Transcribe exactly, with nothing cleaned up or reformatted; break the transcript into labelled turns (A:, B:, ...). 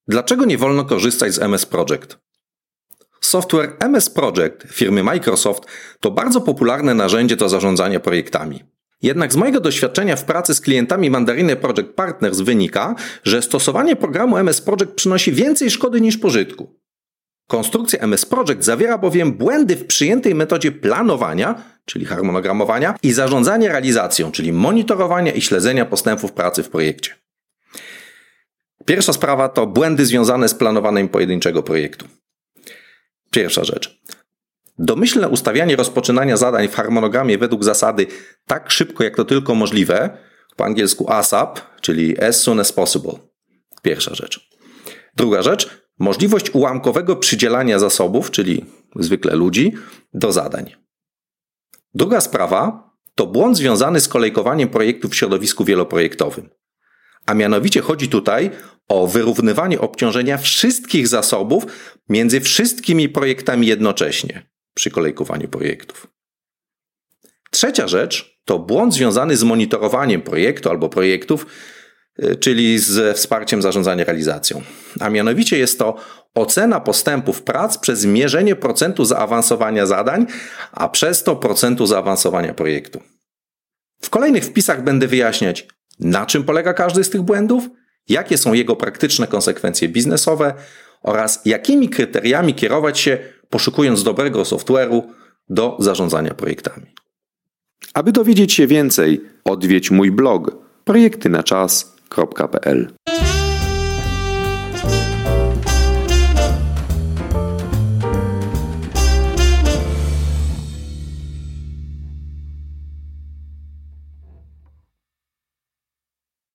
A: Dlaczego nie wolno korzystać z M S Project? Software M S Project firmy Microsoft to bardzo popularne narzędzie do zarządzania projektami. Jednak z mojego doświadczenia w pracy z klientami Mandariny Project Partners wynika, że stosowanie programu M S Project przynosi więcej szkody niż pożytku. Konstrukcja M S Project zawiera bowiem błędy w przyjętej metodzie planowania, czyli harmonogramowania, i zarządzania realizacją, czyli monitorowania i śledzenia postępów pracy w projekcie. Pierwsza sprawa to błędy związane z planowaniem pojedynczego projektu. Pierwsza rzecz. Domyślne ustawianie rozpoczynania zadań w harmonogramie według zasady tak szybko jak to tylko możliwe, po angielsku ASAP, czyli as soon as possible. Pierwsza rzecz. Druga rzecz, możliwość ułamkowego przydzielania zasobów, czyli zwykle ludzi, do zadań. Druga sprawa to błąd związany z kolejkowaniem projektów w środowisku wieloprojektowym. A mianowicie chodzi tutaj o wyrównywanie obciążenia wszystkich zasobów między wszystkimi projektami jednocześnie przy kolejkowaniu projektów. Trzecia rzecz to błąd związany z monitorowaniem projektu albo projektów, czyli ze wsparciem zarządzania realizacją. A mianowicie jest to ocena postępów prac przez mierzenie procentu zaawansowania zadań, a przez to procentu zaawansowania projektu. W kolejnych wpisach będę wyjaśniać, na czym polega każdy z tych błędów, jakie są jego praktyczne konsekwencje biznesowe oraz jakimi kryteriami kierować się, poszukując dobrego software'u do zarządzania projektami.
B: Aby dowiedzieć się więcej, odwiedź mój blog projekty na czas kropka p l.